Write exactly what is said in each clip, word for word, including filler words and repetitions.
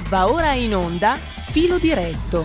Va ora in onda Filo Diretto.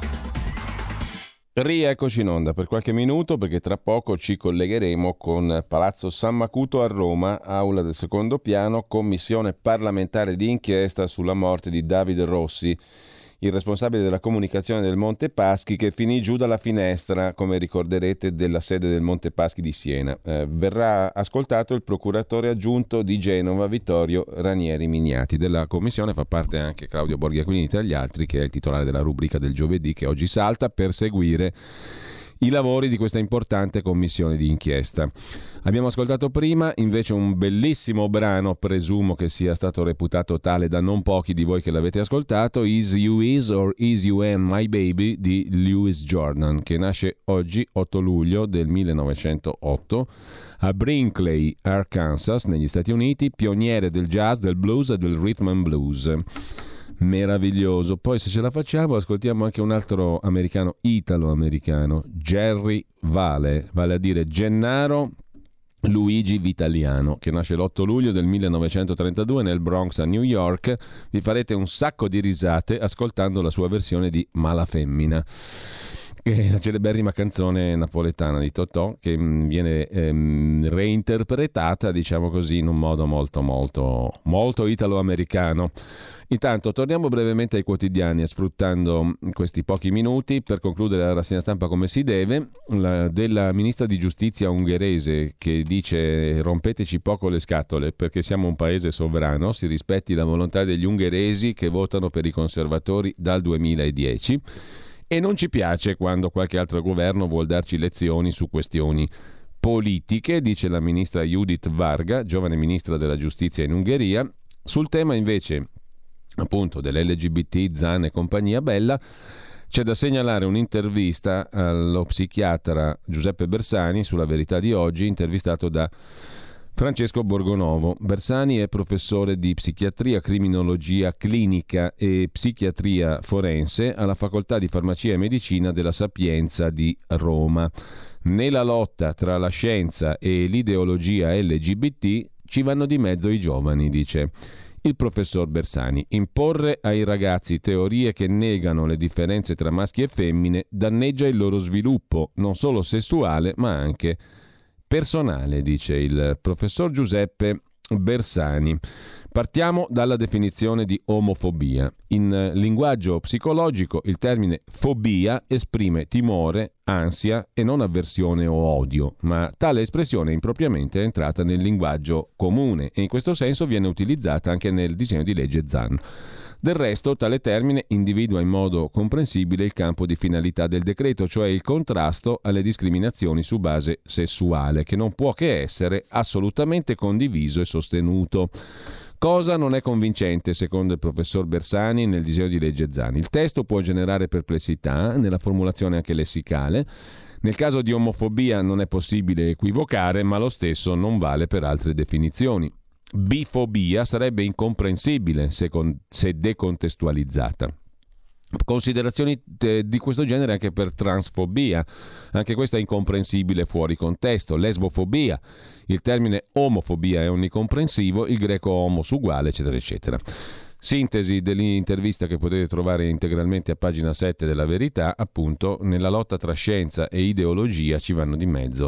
Rieccoci in onda per qualche minuto perché tra poco ci collegheremo con Palazzo San Macuto a Roma, aula del secondo piano, commissione parlamentare di inchiesta sulla morte di Davide Rossi, il responsabile della comunicazione del Monte Paschi che finì giù dalla finestra, come ricorderete, della sede del Monte Paschi di Siena. Eh, verrà ascoltato il procuratore aggiunto di Genova, Vittorio Ranieri Mignati. Della commissione fa parte anche Claudio Borghiaquini tra gli altri, che è il titolare della rubrica del giovedì, che oggi salta per seguire i lavori di questa importante commissione di inchiesta. Abbiamo ascoltato prima invece un bellissimo brano, presumo che sia stato reputato tale da non pochi di voi che l'avete ascoltato, Is You Is or Is You and My Baby di Louis Jordan, che nasce oggi otto luglio del millenovecentootto a Brinkley, Arkansas, negli Stati Uniti, pioniere del jazz, del blues e del rhythm and blues. Meraviglioso. Poi, se ce la facciamo, ascoltiamo anche un altro americano, italo-americano, Jerry Vale, vale a dire Gennaro Luigi Vitaliano, che nasce l'otto luglio del millenovecentotrentadue nel Bronx a New York. Vi farete un sacco di risate ascoltando la sua versione di Mala Femmina, che è la celeberrima canzone napoletana di Totò, che mh, viene ehm, reinterpretata, diciamo così, in un modo molto molto molto italo-americano. Intanto torniamo brevemente ai quotidiani, sfruttando questi pochi minuti per concludere la rassegna stampa come si deve, la, della ministra di giustizia ungherese, che dice: rompeteci poco le scatole perché siamo un paese sovrano, si rispetti la volontà degli ungheresi che votano per i conservatori dal duemiladieci. E non ci piace quando qualche altro governo vuol darci lezioni su questioni politiche, dice la ministra Judith Varga, giovane ministra della giustizia in Ungheria. Sul tema invece, appunto, dell'L G B T, Zan e compagnia bella, c'è da segnalare un'intervista allo psichiatra Giuseppe Bersani sulla Verità di oggi, intervistato da Francesco Borgonovo. Bersani è professore di psichiatria, criminologia clinica e psichiatria forense alla Facoltà di Farmacia e Medicina della Sapienza di Roma. Nella lotta tra la scienza e l'ideologia L G B T ci vanno di mezzo i giovani, dice il professor Bersani. Imporre ai ragazzi teorie che negano le differenze tra maschi e femmine danneggia il loro sviluppo, non solo sessuale ma anche personale, dice il professor Giuseppe Bersani. Partiamo dalla definizione di omofobia. In linguaggio psicologico il termine fobia esprime timore, ansia e non avversione o odio, ma tale espressione impropriamente è entrata nel linguaggio comune e in questo senso viene utilizzata anche nel disegno di legge Zan. Del resto, tale termine individua in modo comprensibile il campo di finalità del decreto, cioè il contrasto alle discriminazioni su base sessuale, che non può che essere assolutamente condiviso e sostenuto. Cosa non è convincente, secondo il professor Bersani, nel disegno di legge Zan? Il testo può generare perplessità, nella formulazione anche lessicale. Nel caso di omofobia non è possibile equivocare, ma lo stesso non vale per altre definizioni. Bifobia sarebbe incomprensibile se, con, se decontestualizzata. Considerazioni te, di questo genere anche per transfobia, anche questa è incomprensibile fuori contesto. Lesbofobia, il termine omofobia è onnicomprensivo, il greco homos uguale, eccetera eccetera. Sintesi dell'intervista che potete trovare integralmente a pagina sette della Verità. Appunto, nella lotta tra scienza e ideologia ci vanno di mezzo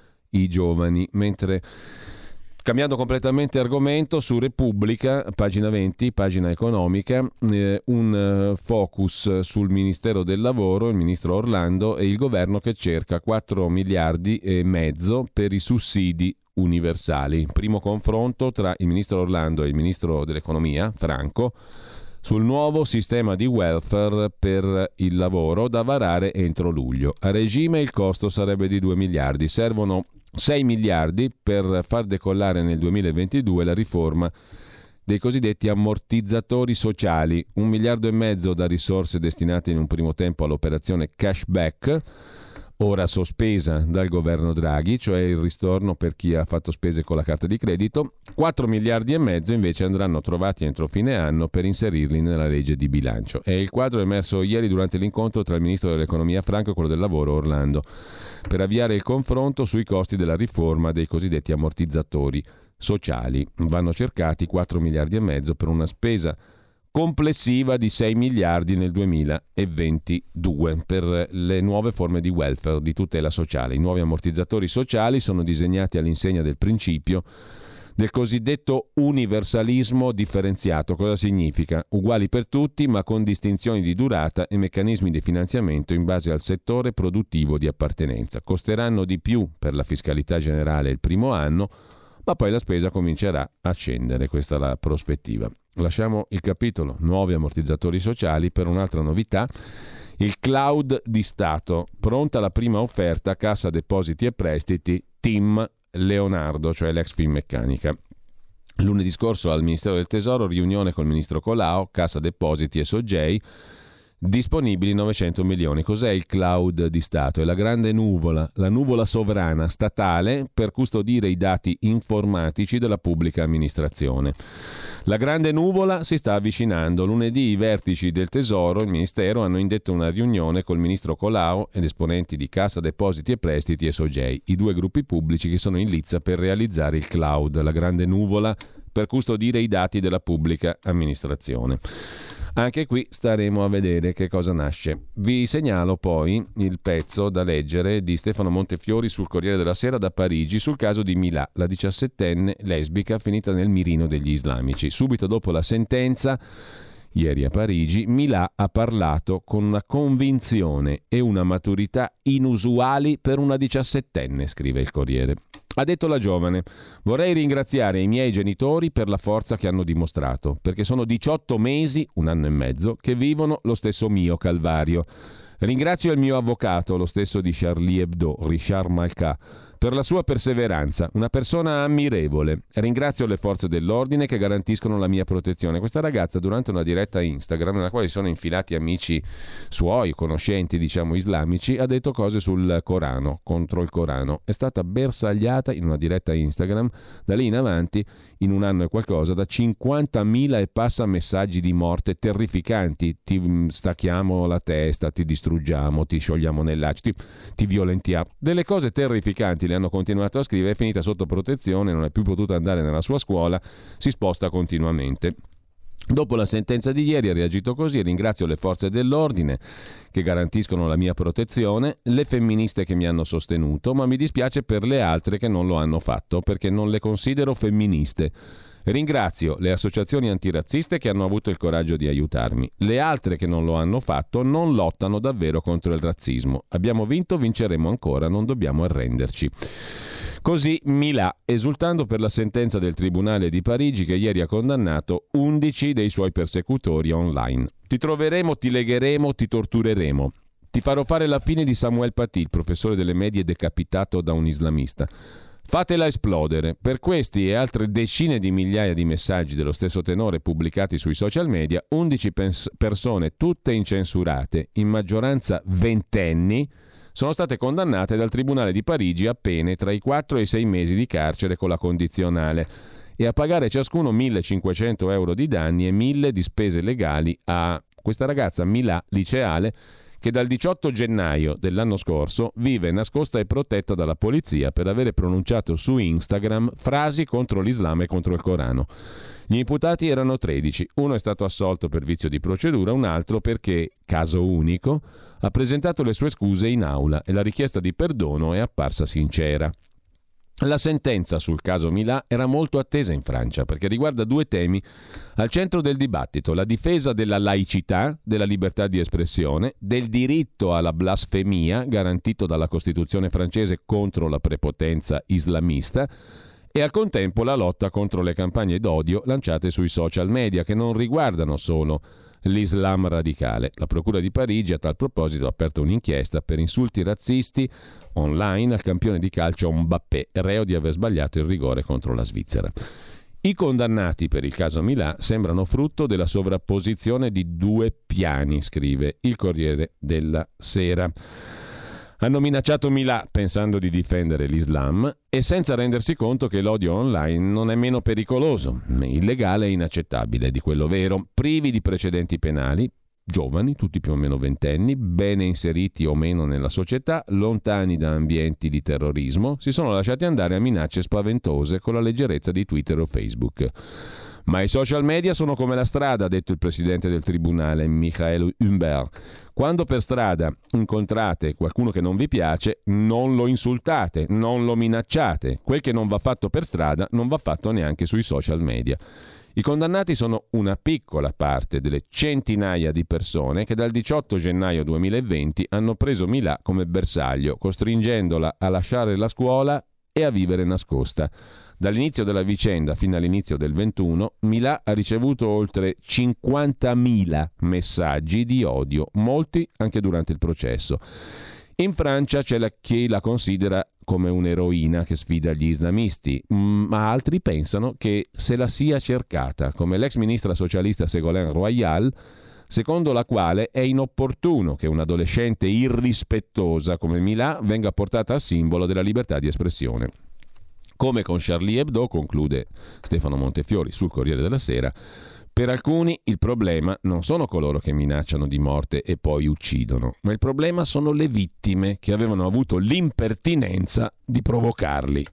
i giovani, mentre cambiando completamente argomento, su Repubblica, pagina venti, pagina economica, eh, un uh, focus sul Ministero del Lavoro, il ministro Orlando e il governo che cerca quattro miliardi e mezzo per i sussidi universali. Primo confronto tra il ministro Orlando e il ministro dell'Economia, Franco, sul nuovo sistema di welfare per il lavoro da varare entro luglio. A regime il costo sarebbe di due miliardi, servono sei miliardi per far decollare nel duemilaventidue la riforma dei cosiddetti ammortizzatori sociali, un miliardo e mezzo da risorse destinate in un primo tempo all'operazione cashback, ora sospesa dal governo Draghi, cioè il ristorno per chi ha fatto spese con la carta di credito. Quattro miliardi e mezzo invece andranno trovati entro fine anno per inserirli nella legge di bilancio. È il quadro emerso ieri durante l'incontro tra il ministro dell'Economia Franco e quello del Lavoro Orlando, per avviare il confronto sui costi della riforma dei cosiddetti ammortizzatori sociali. Vanno cercati quattro miliardi e mezzo per una spesa complessiva di sei miliardi nel duemilaventidue per le nuove forme di welfare, di tutela sociale. I nuovi ammortizzatori sociali sono disegnati all'insegna del principio del cosiddetto universalismo differenziato. Cosa significa? Uguali per tutti, ma con distinzioni di durata e meccanismi di finanziamento in base al settore produttivo di appartenenza. Costeranno di più per la fiscalità generale il primo anno, ma poi la spesa comincerà a scendere. Questa è la prospettiva. Lasciamo il capitolo nuovi ammortizzatori sociali per un'altra novità. Il cloud di Stato. Pronta la prima offerta Cassa Depositi e Prestiti Team Leonardo, cioè l'ex Finmeccanica. Lunedì scorso al Ministero del Tesoro riunione col ministro Colao, Cassa Depositi e Sogei, disponibili novecento milioni. Cos'è il cloud di Stato? È la grande nuvola, la nuvola sovrana statale per custodire i dati informatici della pubblica amministrazione. La grande nuvola si sta avvicinando. Lunedì i vertici del Tesoro, il Ministero, hanno indetto una riunione col ministro Colao ed esponenti di Cassa Depositi e Prestiti e Sogei, i due gruppi pubblici che sono in lizza per realizzare il cloud, la grande nuvola per custodire i dati della pubblica amministrazione. Anche qui staremo a vedere che cosa nasce. Vi segnalo poi il pezzo da leggere di Stefano Montefiori sul Corriere della Sera da Parigi sul caso di Milà, la diciassettenne lesbica finita nel mirino degli islamici. Subito dopo la sentenza, ieri a Parigi, Milà ha parlato con una convinzione e una maturità inusuali per una diciassettenne, scrive il Corriere. Ha detto la giovane: vorrei ringraziare i miei genitori per la forza che hanno dimostrato, perché sono diciotto mesi, un anno e mezzo, che vivono lo stesso mio calvario. Ringrazio il mio avvocato, lo stesso di Charlie Hebdo, Richard Malka, per la sua perseveranza, una persona ammirevole. Ringrazio le forze dell'ordine che garantiscono la mia protezione. Questa ragazza, durante una diretta Instagram nella quale sono infilati amici suoi, conoscenti diciamo islamici, ha detto cose sul Corano, contro il Corano. È stata bersagliata in una diretta Instagram, da lì in avanti, in un anno e qualcosa, da cinquantamila e passa messaggi di morte terrificanti. Ti stacchiamo la testa, ti distruggiamo, ti sciogliamo nell'acqua, ti, ti violentiamo. Delle cose terrificanti le hanno continuato a scrivere, è finita sotto protezione, non è più potuta andare nella sua scuola, si sposta continuamente. Dopo la sentenza di ieri ha reagito così: ringrazio le forze dell'ordine che garantiscono la mia protezione, le femministe che mi hanno sostenuto, ma mi dispiace per le altre che non lo hanno fatto, perché non le considero femministe. Ringrazio le associazioni antirazziste che hanno avuto il coraggio di aiutarmi. Le altre che non lo hanno fatto non lottano davvero contro il razzismo. Abbiamo vinto, vinceremo ancora, non dobbiamo arrenderci. Così Milà, esultando per la sentenza del Tribunale di Parigi che ieri ha condannato undici dei suoi persecutori online. Ti troveremo, ti legheremo, ti tortureremo. Ti farò fare la fine di Samuel Paty, il professore delle medie decapitato da un islamista. Fatela esplodere. Per questi e altre decine di migliaia di messaggi dello stesso tenore pubblicati sui social media, undici pers- persone, tutte incensurate, in maggioranza ventenni, sono state condannate dal Tribunale di Parigi a pene tra i quattro e i sei mesi di carcere con la condizionale e a pagare ciascuno millecinquecento euro di danni e mille di spese legali a questa ragazza Milà, liceale, che dal diciotto gennaio dell'anno scorso vive nascosta e protetta dalla polizia per avere pronunciato su Instagram frasi contro l'Islam e contro il Corano. Gli imputati erano tredici, uno è stato assolto per vizio di procedura, un altro perché, caso unico, ha presentato le sue scuse in aula e la richiesta di perdono è apparsa sincera. La sentenza sul caso Milà era molto attesa in Francia perché riguarda due temi al centro del dibattito: la difesa della laicità, della libertà di espressione, del diritto alla blasfemia garantito dalla Costituzione francese contro la prepotenza islamista e al contempo la lotta contro le campagne d'odio lanciate sui social media che non riguardano solo l'Islam radicale. La Procura di Parigi a tal proposito ha aperto un'inchiesta per insulti razzisti online al campione di calcio Mbappé, reo di aver sbagliato il rigore contro la Svizzera. I condannati per il caso Milà sembrano frutto della sovrapposizione di due piani, scrive il Corriere della Sera. Hanno minacciato Milà pensando di difendere l'Islam e senza rendersi conto che l'odio online non è meno pericoloso, illegale e inaccettabile di quello vero, privi di precedenti penali, giovani, tutti più o meno ventenni, bene inseriti o meno nella società, lontani da ambienti di terrorismo, si sono lasciati andare a minacce spaventose con la leggerezza di Twitter o Facebook. Ma i social media sono come la strada, ha detto il presidente del tribunale, Michael Humbert. Quando per strada incontrate qualcuno che non vi piace, non lo insultate, non lo minacciate. Quel che non va fatto per strada non va fatto neanche sui social media. I condannati sono una piccola parte delle centinaia di persone che dal diciotto gennaio duemilaventi hanno preso Milà come bersaglio, costringendola a lasciare la scuola e a vivere nascosta. Dall'inizio della vicenda fino all'inizio del ventuno, Milà ha ricevuto oltre cinquantamila messaggi di odio, molti anche durante il processo. In Francia c'è la, chi la considera come un'eroina che sfida gli islamisti, ma altri pensano che se la sia cercata, come l'ex ministra socialista Ségolène Royal, secondo la quale è inopportuno che un'adolescente irrispettosa come Milà venga portata a simbolo della libertà di espressione. Come con Charlie Hebdo, conclude Stefano Montefiori sul Corriere della Sera, per alcuni il problema non sono coloro che minacciano di morte e poi uccidono, ma il problema sono le vittime che avevano avuto l'impertinenza di provocarli.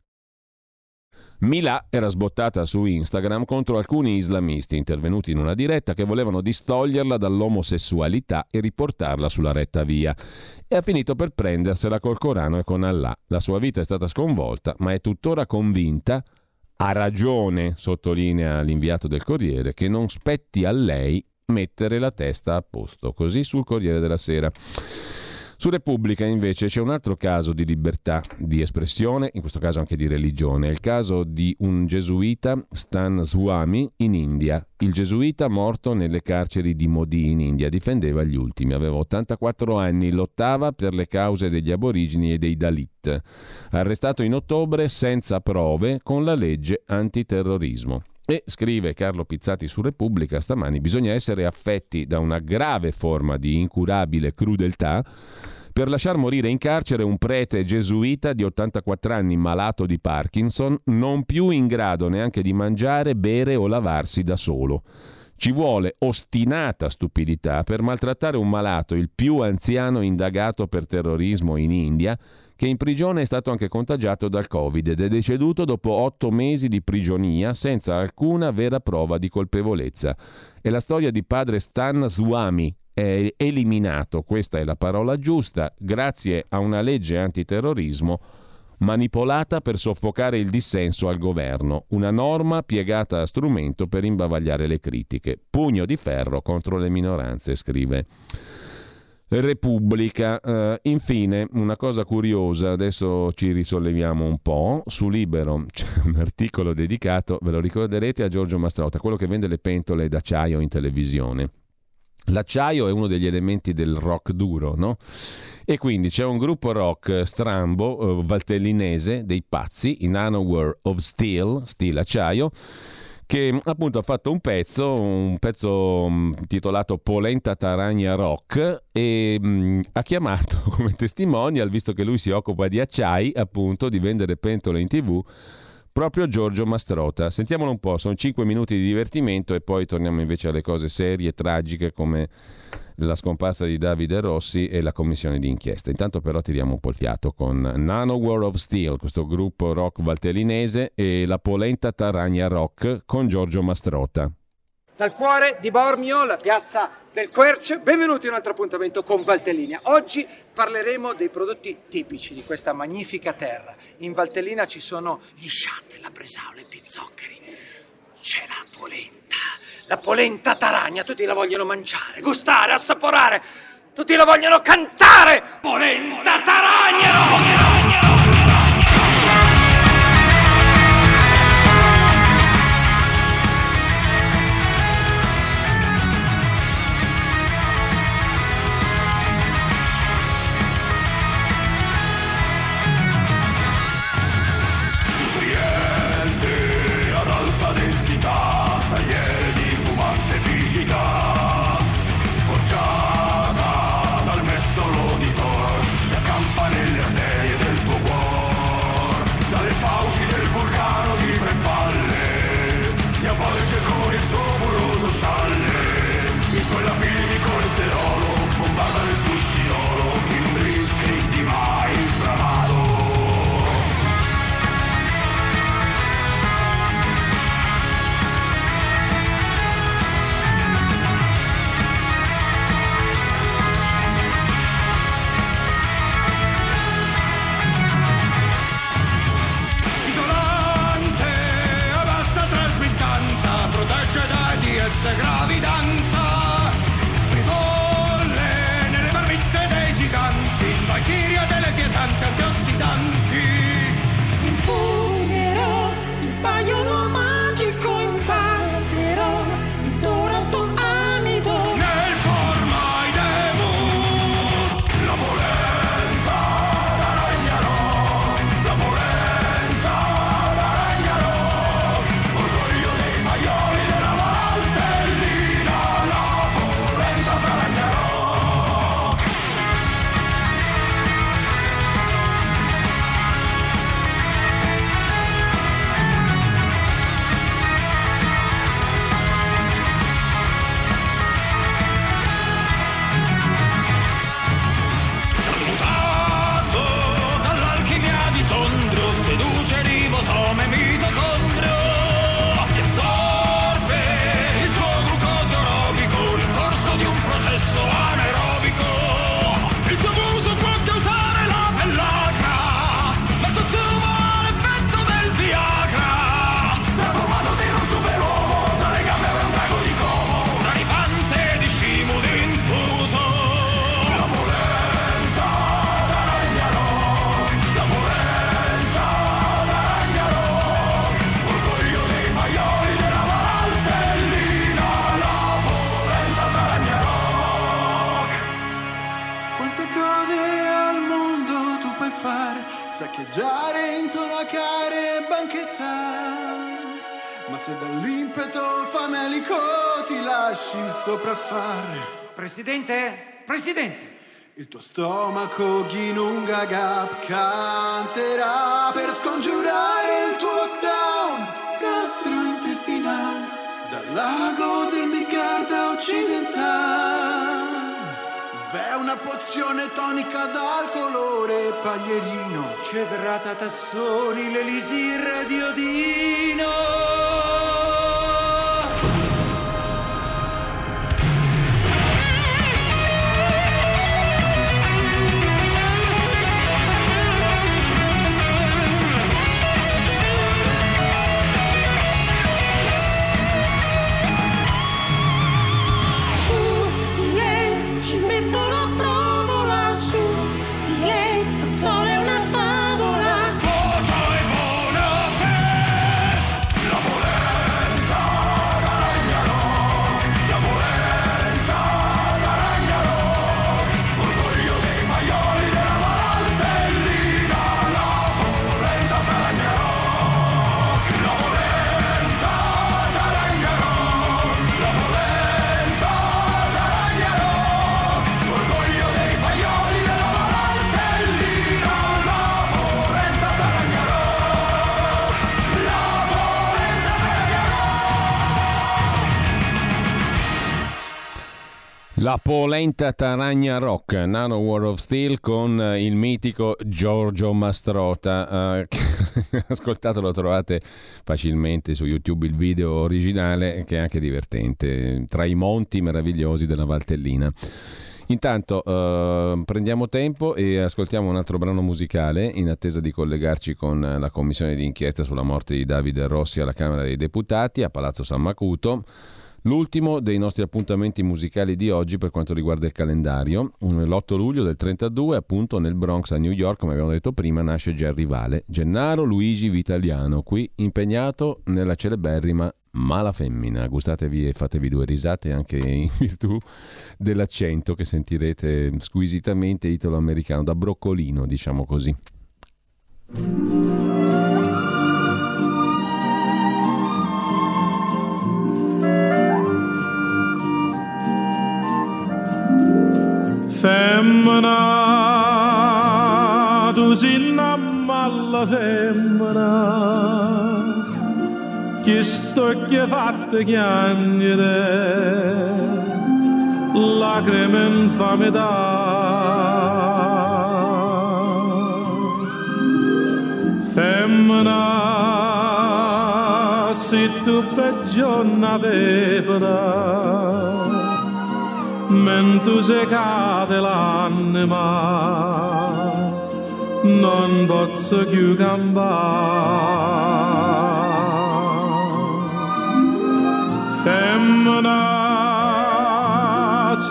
Milà era sbottata su Instagram contro alcuni islamisti intervenuti in una diretta che volevano distoglierla dall'omosessualità e riportarla sulla retta via. E ha finito per prendersela col Corano e con Allah. La sua vita è stata sconvolta, ma è tuttora convinta, ha ragione, sottolinea l'inviato del Corriere, che non spetti a lei mettere la testa a posto. Così sul Corriere della Sera. Su Repubblica invece c'è un altro caso di libertà di espressione, in questo caso anche di religione, è il caso di un gesuita, Stan Swami, in India. Il gesuita morto nelle carceri di Modi in India difendeva gli ultimi, aveva ottantaquattro anni, lottava per le cause degli aborigeni e dei Dalit. Arrestato in ottobre senza prove con la legge antiterrorismo. E, scrive Carlo Pizzati su Repubblica stamani, bisogna essere affetti da una grave forma di incurabile crudeltà per lasciar morire in carcere un prete gesuita di ottantaquattro anni malato di Parkinson, non più in grado neanche di mangiare, bere o lavarsi da solo. Ci vuole ostinata stupidità per maltrattare un malato, il più anziano indagato per terrorismo in India, che in prigione è stato anche contagiato dal Covid ed è deceduto dopo otto mesi di prigionia senza alcuna vera prova di colpevolezza. È la storia di padre Stan Swami, è eliminato, questa è la parola giusta, grazie a una legge antiterrorismo manipolata per soffocare il dissenso al governo, una norma piegata a strumento per imbavagliare le critiche. Pugno di ferro contro le minoranze, scrive Repubblica. Uh, infine, una cosa curiosa, adesso ci risolleviamo un po', su Libero c'è un articolo dedicato, ve lo ricorderete, a Giorgio Mastrota, quello che vende le pentole d'acciaio in televisione. L'acciaio è uno degli elementi del rock duro, no? E quindi c'è un gruppo rock strambo, uh, valtellinese, dei pazzi, i Nanowar of Steel, steel acciaio, che appunto ha fatto un pezzo, un pezzo mh, titolato Polenta Taragna Rock e mh, ha chiamato come testimonial, visto che lui si occupa di acciai, appunto, di vendere pentole in tv, proprio Giorgio Mastrota. Sentiamolo un po', sono cinque minuti di divertimento e poi torniamo invece alle cose serie e tragiche come la scomparsa di Davide Rossi e la commissione di inchiesta. Intanto però tiriamo un po' il fiato con Nanowar of Steel, questo gruppo rock valtellinese, e la Polenta Taragna Rock con Giorgio Mastrota. Dal cuore di Bormio, la piazza del Querce, benvenuti a un altro appuntamento con Valtellina. Oggi parleremo dei prodotti tipici di questa magnifica terra. In Valtellina ci sono gli sciatte, la bresaola, i pizzoccheri. C'è la polenta, la polenta taragna, tutti la vogliono mangiare, gustare, assaporare, tutti la vogliono cantare. Polenta taragna! Forgiata dal messolo di Thor, si accampa nelle arterie stessa gravidanza, ribolle nelle marmitte dei giganti, valchiria delle pietanze antiossidanti. Impugnerò il paiolo magico, impasterò il dorato amido nel formaidemo, la polenta d'Aragnarò, la polenta d'Aragnarò, orgoglio dei maioli della Valtellina, la polenta d'Aragnarò. Trasmutato dall'alchimia di Sondrio, seduce ribosome mitocondrio che assorbe il suo glucosio aerobico nel corso di un processo anaerobico. Il suo uso può causare la pellagra, ma consuma l'effetto del Viagra. Trasformato in un superuomo, tra le gambe avrà un drago di Como, straripante di scimo d'infuso. La polenta d'Aragnarò, la polenta d'Aragnarò, orgoglio dei maioli della Valtellina, la polenta d'Aragnarò. Quante cose al mondo tu puoi fare, saccheggiare, intonacare e banchettare, ma se dall'impeto famelico ti lasci sopraffare, Presidente? Presidente! il tuo stomaco Ginunga Gap canterà per scongiurare il tuo lockdown gastrointestinale dal lago del Migarda occidentale. V'è una pozione tonica dal colore paglierino, Cedrata Tassoni, l'elisir di Odino. su di lei, ci metto la provola su di lei, non solo è una favola. Vota e buona fes, la polenta d'Aragnarò, la polenta d'Aragnarò, orgoglio dei maioli della Valtellina, la polenta d'Aragnarò, la polenta d'Aragnarò, la polenta d'Aragnarò, orgoglio dei maioli della Valtellina, la polenta d'Aragnarò, la polenta La polenta Taragna Rock, Nano War of Steel con eh, il mitico Giorgio Mastrota. Eh, ascoltate, lo trovate facilmente su YouTube il video originale, che è anche divertente, tra i monti meravigliosi della Valtellina. Intanto eh, prendiamo tempo e ascoltiamo un altro brano musicale in attesa di collegarci con la commissione di inchiesta sulla morte di Davide Rossi alla Camera dei Deputati a Palazzo San Macuto. L'ultimo dei nostri appuntamenti musicali di oggi per quanto riguarda il calendario. L'otto luglio del trentadue, appunto nel Bronx a New York, come abbiamo detto prima, nasce Jerry Vale, Gennaro Luigi Vitaliano, qui impegnato nella celeberrima Mala Femmina. Gustatevi e fatevi due risate anche in virtù dell'accento che sentirete squisitamente italo-americano, da broccolino, diciamo così. Femmina, tu sei una mala femmina, che sto che fatta chiagnere, lacrime infame da. Femmina, se tu peggio una pepera, mentre se cade l'anima, non posso più campare. Femmina,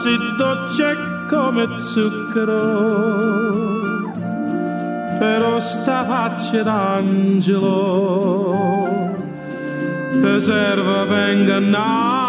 sì dolce come zucchero, però sta faccia d'angelo te serve venga na.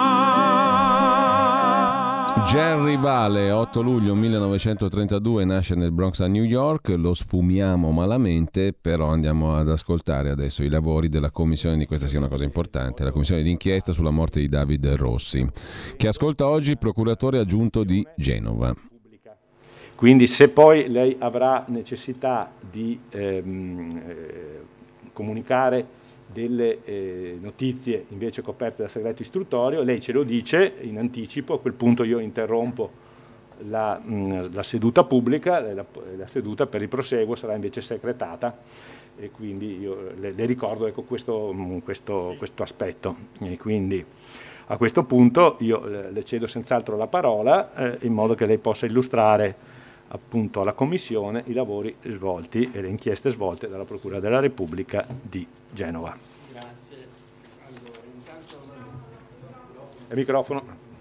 Jerry Vale, otto luglio millenovecentotrentadue, nasce nel Bronx a New York. Lo sfumiamo malamente, però andiamo ad ascoltare adesso i lavori della commissione, di questa sia una cosa importante, la commissione d'inchiesta sulla morte di David Rossi, che ascolta oggi il procuratore aggiunto di Genova. Quindi se poi lei avrà necessità di ehm, eh, comunicare delle eh, notizie invece coperte da segreto istruttorio, lei ce lo dice in anticipo, a quel punto io interrompo la, mh, la seduta pubblica, la, la seduta per il proseguo sarà invece segretata e quindi io le, le ricordo ecco, questo, questo, questo aspetto. E quindi a questo punto io le, le cedo senz'altro la parola eh, in modo che lei possa illustrare appunto alla Commissione i lavori svolti e le inchieste svolte dalla Procura della Repubblica di Genova. Grazie. Allora, intanto... Il microfono.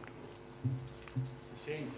Si sente?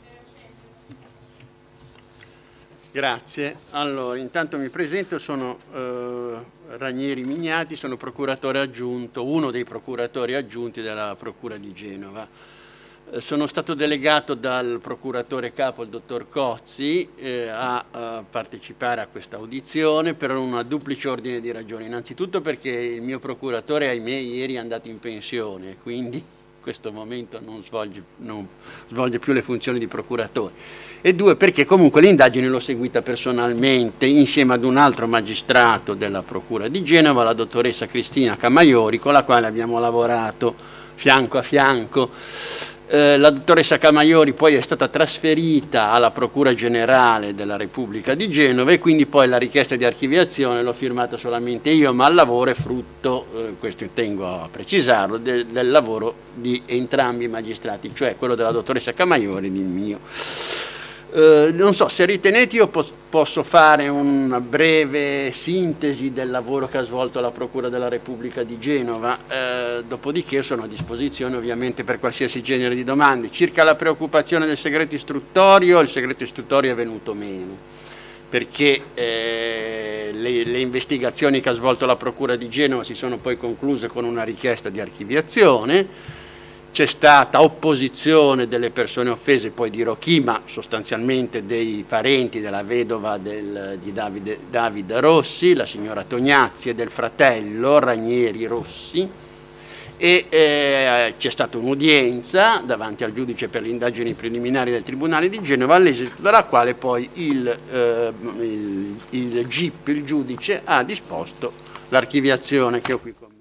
Grazie. Allora, intanto mi presento, sono eh, Ranieri Mignati, sono procuratore aggiunto, uno dei procuratori aggiunti della Procura di Genova. Sono stato delegato dal procuratore capo, il dottor Cozzi, eh, a, a partecipare a questa audizione per una duplice ordine di ragioni. Innanzitutto perché il mio procuratore, ahimè, ieri è andato in pensione, quindi in questo momento non svolge, non svolge più le funzioni di procuratore. E due, perché comunque l'indagine l'ho seguita personalmente insieme ad un altro magistrato della Procura di Genova, la dottoressa Cristina Camaiori, con la quale abbiamo lavorato fianco a fianco. Eh, la dottoressa Camaiori poi è stata trasferita alla Procura Generale della Repubblica di Genova e quindi poi la richiesta di archiviazione l'ho firmata solamente io, ma il lavoro è frutto, eh, questo tengo a precisarlo, de- del lavoro di entrambi i magistrati, cioè quello della dottoressa Camaiori e il mio. Eh, non so, se ritenete io pos- posso fare una breve sintesi del lavoro che ha svolto la Procura della Repubblica di Genova, eh, dopodiché sono a disposizione ovviamente per qualsiasi genere di domande. Circa la preoccupazione del segreto istruttorio, il segreto istruttorio è venuto meno, perché eh, le, le investigazioni che ha svolto la Procura di Genova si sono poi concluse con una richiesta di archiviazione. C'è stata opposizione delle persone offese, poi dirò chi, ma sostanzialmente dei parenti della vedova del, di Davide, David Rossi, la signora Tognazzi, e del fratello Ranieri Rossi, e eh, c'è stata un'udienza davanti al giudice per le indagini preliminari del Tribunale di Genova, all'esito della quale poi il, eh, il, il G I P, il giudice, ha disposto l'archiviazione che ho qui con me.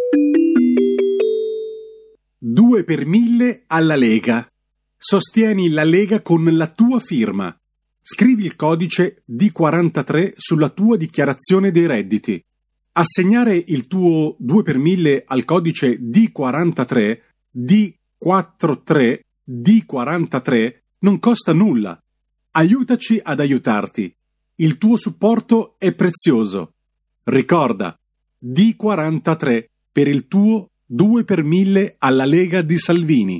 due per mille alla Lega. Sostieni la Lega con la tua firma. Scrivi il codice D quarantatré sulla tua dichiarazione dei redditi. Assegnare il tuo due per mille al codice D quarantatré, D quarantatré, D quarantatré non costa nulla. Aiutaci ad aiutarti. Il tuo supporto è prezioso. Ricorda, D quarantatré per il tuo due per mille alla Lega di Salvini.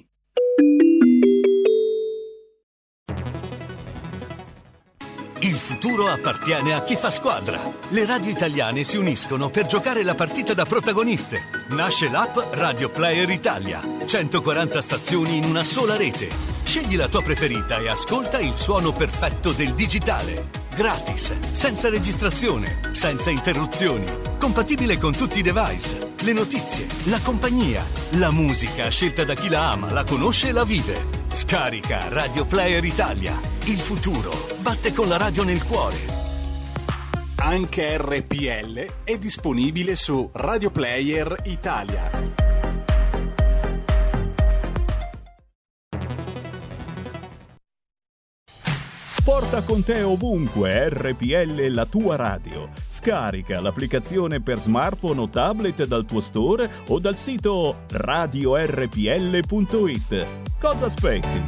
Il futuro appartiene a chi fa squadra. Le radio italiane si uniscono per giocare la partita da protagoniste. Nasce l'app Radio Player Italia. centoquaranta stazioni in una sola rete. Scegli la tua preferita e ascolta il suono perfetto del digitale. Gratis, senza registrazione, senza interruzioni. Compatibile con tutti i device. Le notizie, la compagnia, la musica scelta da chi la ama, la conosce e la vive. Scarica Radio Player Italia. Il futuro batte con la radio nel cuore. Anche R P L è disponibile su Radio Player Italia. Porta con te ovunque R P L, la tua radio. Scarica l'applicazione per smartphone o tablet dal tuo store o dal sito radio r p l punto i t. Cosa aspetti?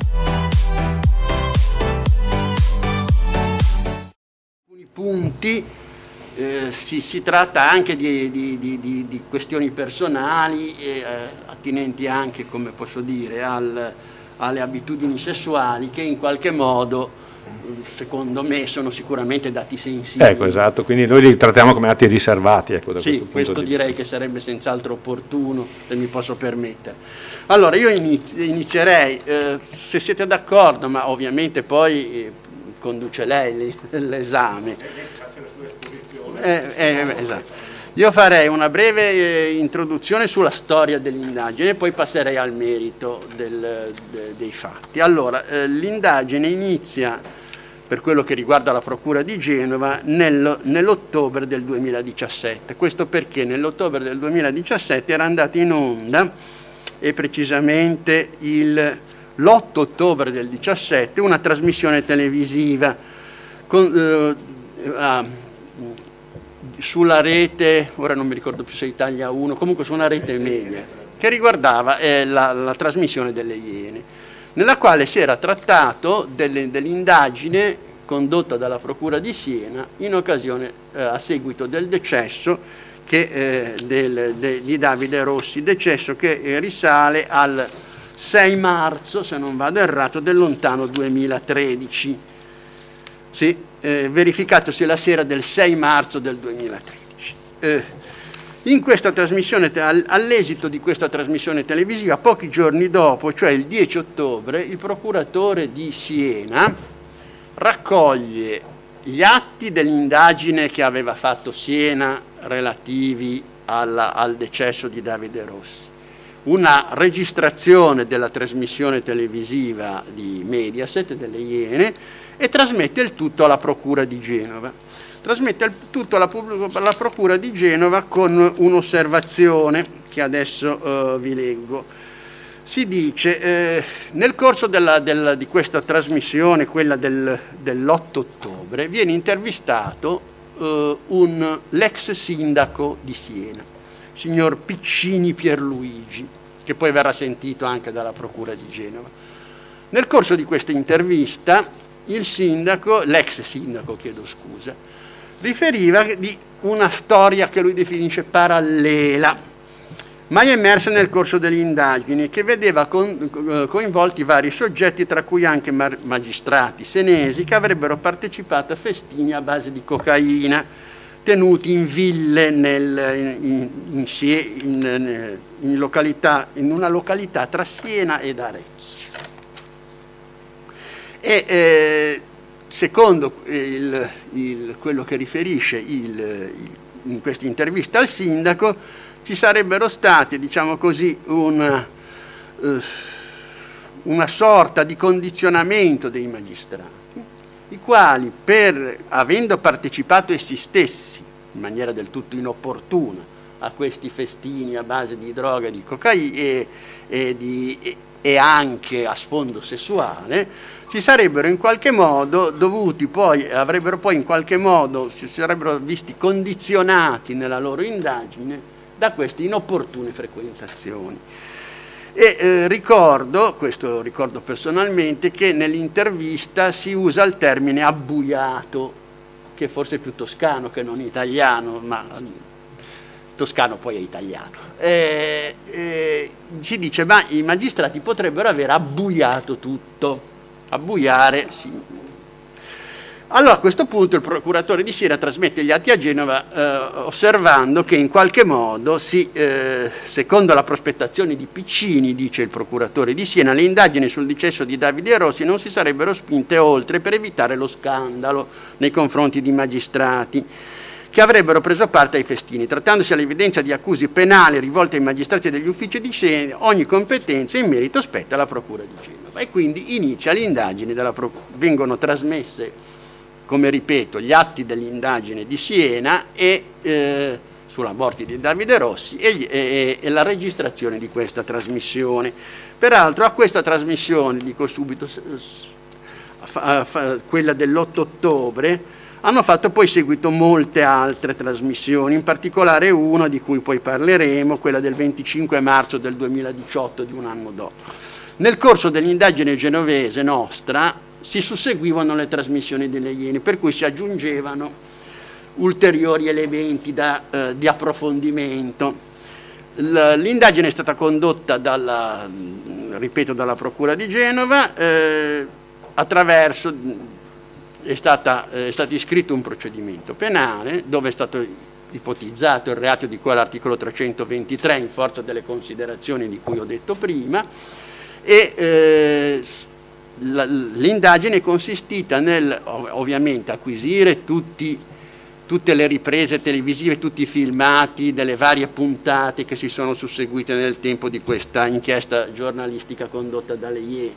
Alcuni punti eh, si, si tratta anche di, di, di, di, di questioni personali eh, attinenti anche, come posso dire, al, alle abitudini sessuali che in qualche modo, secondo me, sono sicuramente dati sensibili. Ecco, esatto, quindi noi li trattiamo come atti riservati. Ecco, da sì, questo, questo punto direi di... che sarebbe senz'altro opportuno, se mi posso permettere. Allora, io inizierei, eh, se siete d'accordo, ma ovviamente poi eh, conduce lei l'esame. Eh, eh, esatto. Io farei una breve eh, introduzione sulla storia dell'indagine e poi passerei al merito del, de, dei fatti. Allora, eh, l'indagine inizia, per quello che riguarda la Procura di Genova, nel, nell'ottobre del duemiladiciassette. Questo perché nell'ottobre del duemiladiciassette era andata in onda, e precisamente il, l'otto ottobre del diciassette, una trasmissione televisiva con, eh, ah, sulla rete, ora non mi ricordo più se Italia uno, comunque su una rete media, che riguardava eh, la, la trasmissione delle Iene, nella quale si era trattato delle, dell'indagine condotta dalla Procura di Siena in occasione, eh, a seguito del decesso che, eh, del, de, di Davide Rossi, decesso che eh, risale al sei marzo, se non vado errato, del lontano duemilatredici. Sì, eh, verificatosi la sera del sei marzo del duemilatredici. Eh, in questa trasmissione, all'esito di questa trasmissione televisiva, pochi giorni dopo, cioè il dieci ottobre, il procuratore di Siena raccoglie gli atti dell'indagine che aveva fatto Siena relativi alla, al decesso di Davide Rossi, una registrazione della trasmissione televisiva di Mediaset, delle Iene, e trasmette il tutto alla Procura di Genova. Trasmette il tutto alla, alla Procura di Genova con un'osservazione che adesso uh, vi leggo. Si dice, eh, nel corso della, della, di questa trasmissione, quella del, dell'otto ottobre, viene intervistato eh, un, l'ex sindaco di Siena, signor Piccini Pierluigi, che poi verrà sentito anche dalla Procura di Genova. Nel corso di questa intervista, il sindaco, l'ex sindaco, chiedo scusa, riferiva di una storia che lui definisce parallela, mai emersa nel corso delle indagini, che vedeva con, coinvolti vari soggetti, tra cui anche mar- magistrati senesi che avrebbero partecipato a festini a base di cocaina tenuti in ville nel, in, in, in, in, località, in una località tra Siena ed Arezzo. E eh, secondo il, il, quello che riferisce il, il, in questa intervista al sindaco, ci sarebbero stati, diciamo così, una, uh, una sorta di condizionamento dei magistrati, i quali, per, avendo partecipato essi stessi in maniera del tutto inopportuna a questi festini a base di droga e di cocaina e, e, di, e, e anche a sfondo sessuale, si sarebbero in qualche modo dovuti poi, avrebbero poi in qualche modo, si sarebbero visti condizionati nella loro indagine da queste inopportune frequentazioni. E eh, ricordo, questo lo ricordo personalmente, che nell'intervista si usa il termine abbuiato, che forse è più toscano che non italiano, ma toscano poi è italiano. E, e, si dice, ma i magistrati potrebbero aver abbuiato tutto. Abbuiare, sì. Allora a questo punto il procuratore di Siena trasmette gli atti a Genova eh, osservando che in qualche modo, si, eh, secondo la prospettazione di Piccini, dice il procuratore di Siena, le indagini sul decesso di Davide Rossi non si sarebbero spinte oltre per evitare lo scandalo nei confronti di magistrati che avrebbero preso parte ai festini. Trattandosi all'evidenza di accuse penali rivolte ai magistrati degli uffici di Siena, ogni competenza in merito spetta alla Procura di Genova. E quindi inizia l'indagine, della Procura, vengono trasmesse, come ripeto, gli atti dell'indagine di Siena e eh, sulla morte di Davide Rossi e, e, e la registrazione di questa trasmissione. Peraltro a questa trasmissione, dico subito, fa, fa, quella dell'otto ottobre, hanno fatto poi seguito molte altre trasmissioni, in particolare una di cui poi parleremo, quella del venticinque marzo del duemiladiciotto, di un anno dopo. Nel corso dell'indagine genovese nostra si susseguivano le trasmissioni delle Iene, per cui si aggiungevano ulteriori elementi da, eh, di approfondimento. L'indagine è stata condotta dalla, ripeto, dalla Procura di Genova, eh, attraverso, è, stata, è stato iscritto un procedimento penale dove è stato ipotizzato il reato di cui all'articolo trecentoventitré in forza delle considerazioni di cui ho detto prima, e eh, la, l'indagine è consistita nel ovviamente acquisire tutti tutte le riprese televisive, tutti i filmati delle varie puntate che si sono susseguite nel tempo di questa inchiesta giornalistica condotta dalle Iene.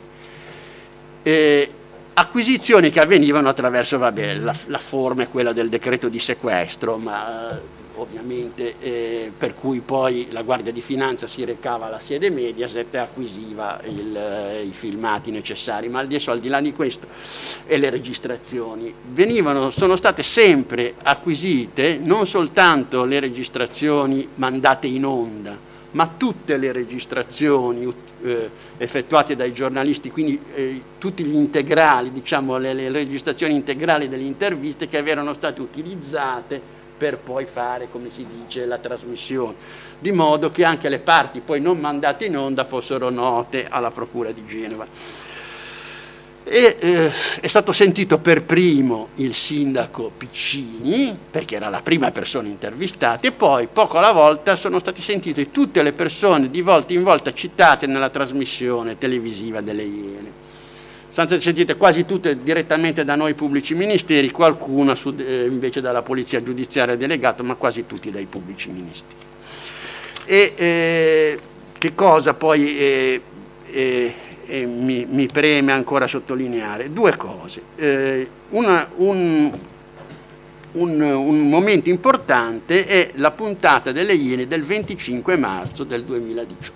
Eh, acquisizioni che avvenivano attraverso, vabbè, la, la forma è quella del decreto di sequestro, ma eh, ovviamente eh, per cui poi la Guardia di Finanza si recava alla sede Mediaset e acquisiva il, eh, i filmati necessari, ma adesso al di là di questo e le registrazioni venivano, sono state sempre acquisite non soltanto le registrazioni mandate in onda, ma tutte le registrazioni eh, effettuate dai giornalisti, quindi eh, tutti gli integrali, diciamo le, le registrazioni integrali delle interviste che erano state utilizzate per poi fare, come si dice, la trasmissione, di modo che anche le parti poi non mandate in onda fossero note alla Procura di Genova. E, eh, è stato sentito per primo il sindaco Piccini, perché era la prima persona intervistata, e poi poco alla volta sono state sentite tutte le persone di volta in volta citate nella trasmissione televisiva delle Iene. Sono state sentite quasi tutte direttamente da noi pubblici ministeri, qualcuna su, eh, invece dalla polizia giudiziaria delegata, ma quasi tutti dai pubblici ministeri. E eh, che cosa poi eh, eh, eh, mi, mi preme ancora sottolineare? Due cose. Eh, una, un, un, un momento importante è la puntata delle Iene del venticinque marzo del duemiladiciotto.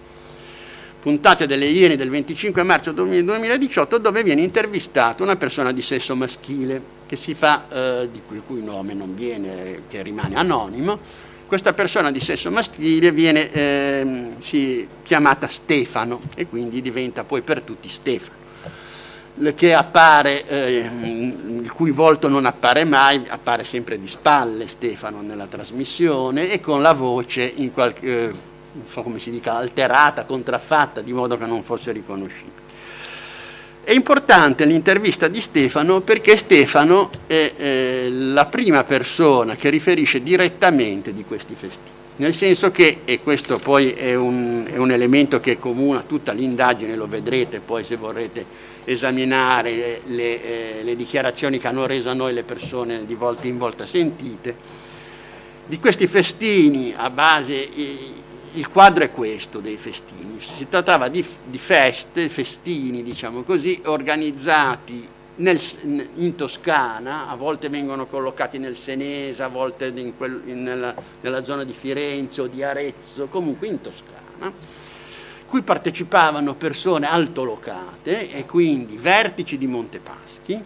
Puntate delle Iene del venticinque marzo duemiladiciotto, dove viene intervistata una persona di sesso maschile che si fa, eh, di cui, cui nome non viene, che rimane anonimo. Questa persona di sesso maschile viene eh, si, chiamata Stefano e quindi diventa poi per tutti Stefano, che appare, eh, il cui volto non appare mai, appare sempre di spalle Stefano nella trasmissione e con la voce in qualche eh, non so come si dica, alterata, contraffatta, di modo che non fosse riconoscibile. È importante l'intervista di Stefano perché Stefano è eh, la prima persona che riferisce direttamente di questi festini, nel senso che, e questo poi è un, è un elemento che comuna tutta l'indagine, lo vedrete poi se vorrete esaminare le, eh, le dichiarazioni che hanno reso a noi le persone di volta in volta sentite, di questi festini a base... Eh, il quadro è questo dei festini, si trattava di, di feste, festini diciamo così, organizzati nel, in Toscana, a volte vengono collocati nel Senese, a volte in quel, in, nella, nella zona di Firenze o di Arezzo, comunque in Toscana, cui partecipavano persone altolocate e quindi vertici di Montepaschi,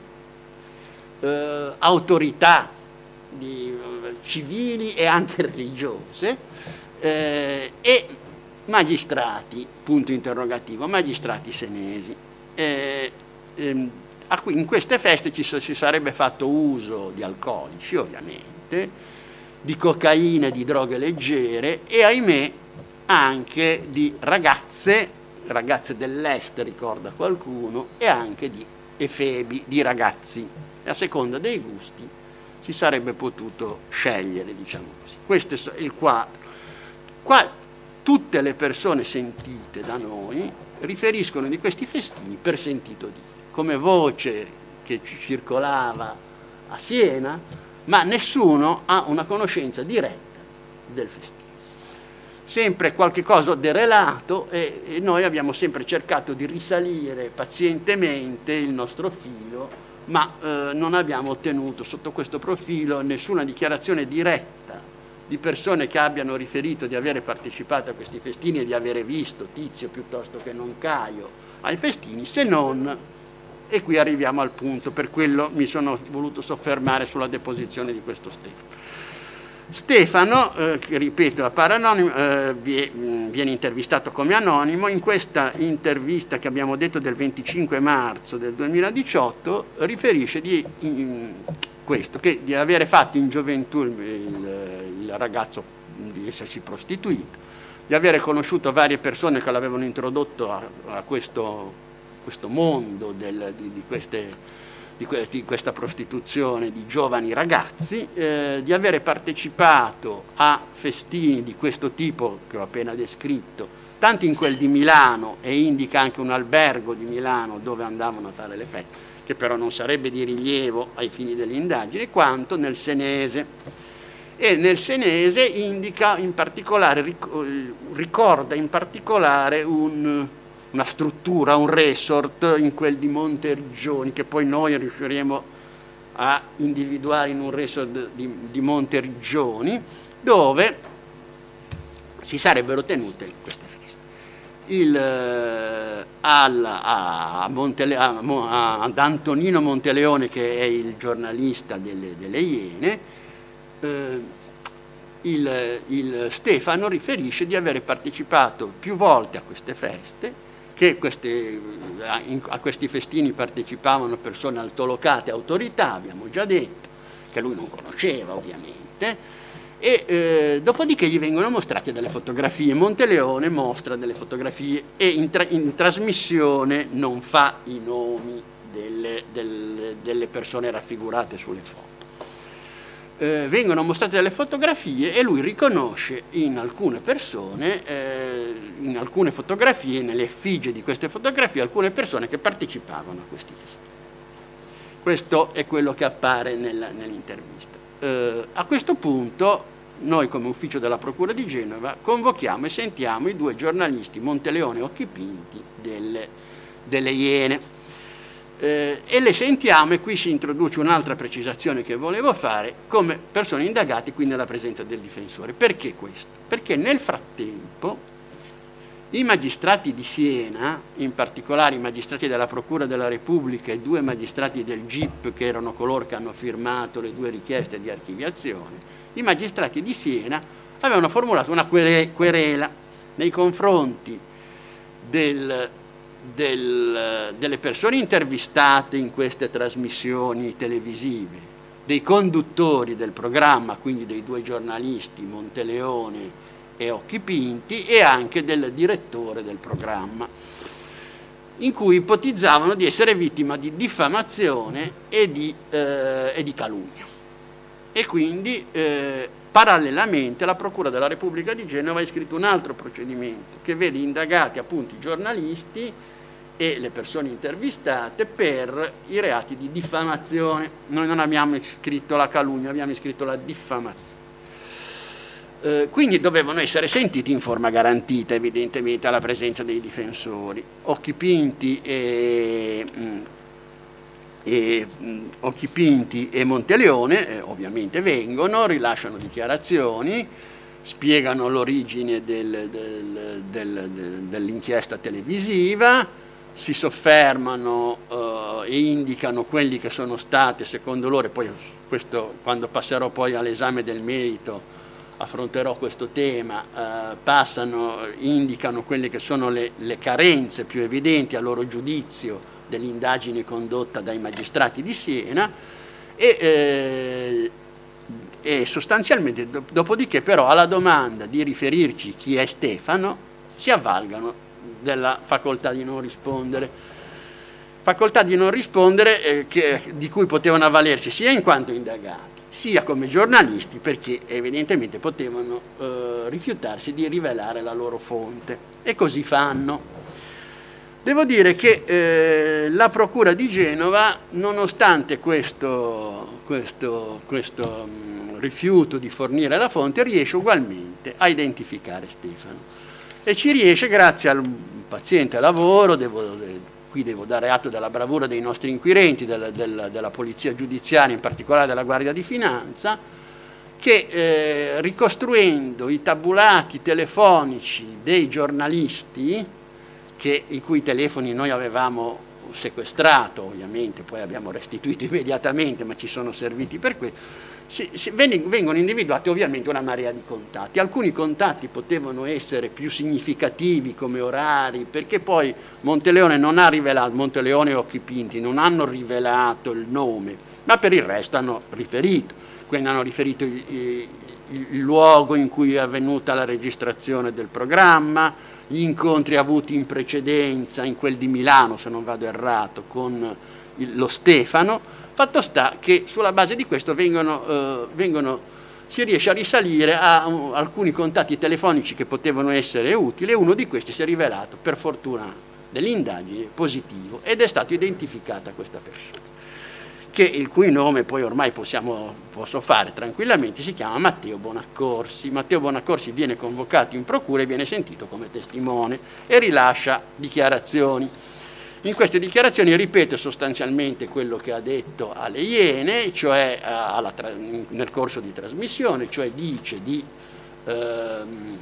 eh, autorità di, civili e anche religiose, Eh, e magistrati, punto interrogativo, magistrati senesi. Eh, ehm, a cui in queste feste ci, si sarebbe fatto uso di alcolici, ovviamente, di cocaina e di droghe leggere e, ahimè, anche di ragazze, ragazze dell'est, ricorda qualcuno, e anche di efebi, di ragazzi. E a seconda dei gusti si sarebbe potuto scegliere, diciamo così. Questo è il quadro. Qua tutte le persone sentite da noi riferiscono di questi festini per sentito dire, come voce che ci circolava a Siena, ma nessuno ha una conoscenza diretta del festino. Sempre qualche cosa derelato e, e noi abbiamo sempre cercato di risalire pazientemente il nostro filo, ma eh, non abbiamo ottenuto sotto questo profilo nessuna dichiarazione diretta di persone che abbiano riferito di avere partecipato a questi festini e di avere visto Tizio piuttosto che non Caio ai festini, se non, e qui arriviamo al punto, per quello mi sono voluto soffermare sulla deposizione di questo Stefano. Stefano, eh, che ripeto, appare anonimo, eh, viene intervistato come anonimo. In questa intervista che abbiamo detto del venticinque marzo del duemiladiciotto riferisce di in, questo, che di avere fatto in gioventù il, il, il ragazzo di essersi prostituito, di avere conosciuto varie persone che l'avevano introdotto a, a questo, questo mondo del, di, di, queste, di, que, di questa prostituzione di giovani ragazzi, eh, di avere partecipato a festini di questo tipo che ho appena descritto, tanto in quel di Milano, e indica anche un albergo di Milano dove andavano a fare le feste, che però non sarebbe di rilievo ai fini delle indagini, quanto nel Senese. E nel Senese indica in particolare, ricorda in particolare un, una struttura, un resort in quel di Montergioni, che poi noi riusciremo a individuare in un resort di, di Montergioni, dove si sarebbero tenute queste feste. Il, al, a Montele, a, ad Antonino Monteleone, che è il giornalista delle, delle Iene, Uh, il, il Stefano riferisce di avere partecipato più volte a queste feste, che queste, a, in, a questi festini partecipavano persone altolocate, autorità, abbiamo già detto, che lui non conosceva ovviamente, e eh, dopodiché gli vengono mostrate delle fotografie. Monteleone mostra delle fotografie e in, tra, in trasmissione non fa i nomi delle, delle, delle persone raffigurate sulle foto. Eh, vengono mostrate delle fotografie e lui riconosce in alcune persone, eh, in alcune fotografie, nelle effigie di queste fotografie, alcune persone che partecipavano a questi festini. Questo è quello che appare nella, nell'intervista. Eh, a questo punto noi, come ufficio della Procura di Genova, convochiamo e sentiamo i due giornalisti Monteleone e Occhipinti delle, delle Iene. Eh, e le sentiamo, e qui si introduce un'altra precisazione che volevo fare, come persone indagate qui nella presenza del difensore. Perché questo? Perché nel frattempo i magistrati di Siena, in particolare i magistrati della Procura della Repubblica e due magistrati del G I P, che erano coloro che hanno firmato le due richieste di archiviazione, i magistrati di Siena avevano formulato una querela nei confronti del Del, delle persone intervistate in queste trasmissioni televisive, dei conduttori del programma, quindi dei due giornalisti Monteleone e Occhipinti, e anche del direttore del programma, in cui ipotizzavano di essere vittima di diffamazione e di, eh, e di calunnia. E quindi eh, parallelamente la Procura della Repubblica di Genova ha iscritto un altro procedimento che vede indagati appunto i giornalisti e le persone intervistate per i reati di diffamazione. Noi non abbiamo iscritto la calunnia, abbiamo iscritto la diffamazione. Eh, quindi dovevano essere sentiti in forma garantita, evidentemente alla presenza dei difensori. Occhipinti e, mh, e, mh, Occhipinti e Monteleone eh, ovviamente vengono, rilasciano dichiarazioni, spiegano l'origine del, del, del, del, dell'inchiesta televisiva, si soffermano uh, e indicano quelli che sono state, secondo loro, e poi questo, quando passerò poi all'esame del merito affronterò questo tema, uh, passano, indicano quelle che sono le, le carenze più evidenti a loro giudizio dell'indagine condotta dai magistrati di Siena e, eh, e sostanzialmente do, dopodiché però alla domanda di riferirci chi è Stefano si avvalgano della facoltà di non rispondere, facoltà di non rispondere eh, che, di cui potevano avvalersi sia in quanto indagati, sia come giornalisti, perché evidentemente potevano eh, rifiutarsi di rivelare la loro fonte, e così fanno. Devo dire che eh, la Procura di Genova, nonostante questo, questo, questo mh, rifiuto di fornire la fonte, riesce ugualmente a identificare Stefano. E ci riesce grazie al paziente lavoro, devo, qui devo dare atto della bravura dei nostri inquirenti, della, della, della polizia giudiziaria, in particolare della Guardia di Finanza, che eh, ricostruendo i tabulati telefonici dei giornalisti, che, i cui telefoni noi avevamo sequestrato ovviamente, poi abbiamo restituito immediatamente, ma ci sono serviti per questo, Si, si, vengono individuati ovviamente una marea di contatti. Alcuni contatti potevano essere più significativi come orari, perché poi Monteleone non ha rivelato, Monteleone e Occhipinti non hanno rivelato il nome, ma per il resto hanno riferito, quindi hanno riferito il, il, il luogo in cui è avvenuta la registrazione del programma, gli incontri avuti in precedenza, in quel di Milano, se non vado errato, con il, lo Stefano. Fatto sta che sulla base di questo vengono, eh, vengono, si riesce a risalire a um, alcuni contatti telefonici che potevano essere utili, e uno di questi si è rivelato, per fortuna dell'indagine, positivo, ed è stato identificata questa persona, che il cui nome poi ormai possiamo, posso fare tranquillamente, si chiama Matteo Bonaccorsi. Matteo Bonaccorsi viene convocato in procura e viene sentito come testimone e rilascia dichiarazioni. In queste dichiarazioni ripete sostanzialmente quello che ha detto alle Iene, cioè alla, nel corso di trasmissione, cioè dice di, ehm,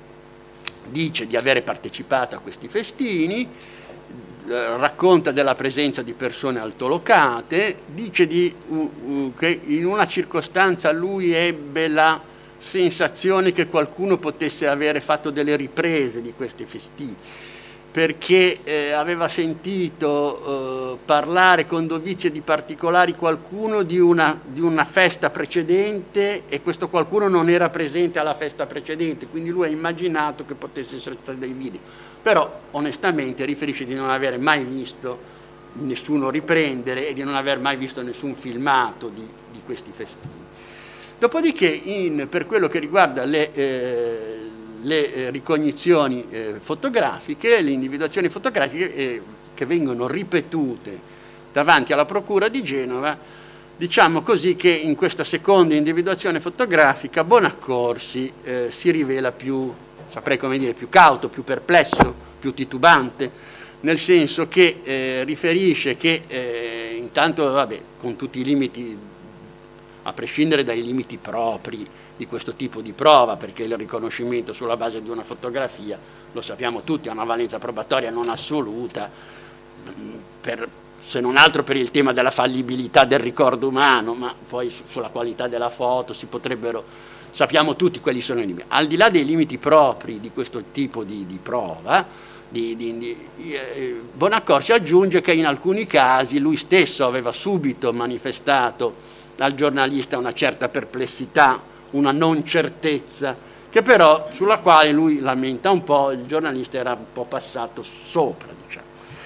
dice di avere partecipato a questi festini, racconta della presenza di persone altolocate, dice di, uh, uh, che in una circostanza lui ebbe la sensazione che qualcuno potesse avere fatto delle riprese di questi festini, perché eh, aveva sentito eh, parlare con dovizie di particolari qualcuno di una, di una festa precedente, e questo qualcuno non era presente alla festa precedente, quindi lui ha immaginato che potesse essere stati dei video. Però onestamente riferisce di non aver mai visto nessuno riprendere e di non aver mai visto nessun filmato di, di questi festini. Dopodiché, in, per quello che riguarda le, eh, le eh, ricognizioni eh, fotografiche, le individuazioni fotografiche eh, che vengono ripetute davanti alla Procura di Genova, diciamo così che in questa seconda individuazione fotografica Bonaccorsi eh, si rivela più, saprei come dire, più cauto, più perplesso, più titubante, nel senso che eh, riferisce che eh, intanto, vabbè, con tutti i limiti, a prescindere dai limiti propri di questo tipo di prova, perché il riconoscimento sulla base di una fotografia, lo sappiamo tutti, ha una valenza probatoria non assoluta, per, se non altro per il tema della fallibilità del ricordo umano, ma poi su, sulla qualità della foto si potrebbero, sappiamo tutti quali sono i limiti. Al di là dei limiti propri di questo tipo di, di prova, di, di, di, eh, Bonaccorsi aggiunge che in alcuni casi lui stesso aveva subito manifestato al giornalista una certa perplessità, una non certezza, che però sulla quale lui lamenta un po', il giornalista era un po' passato sopra, diciamo.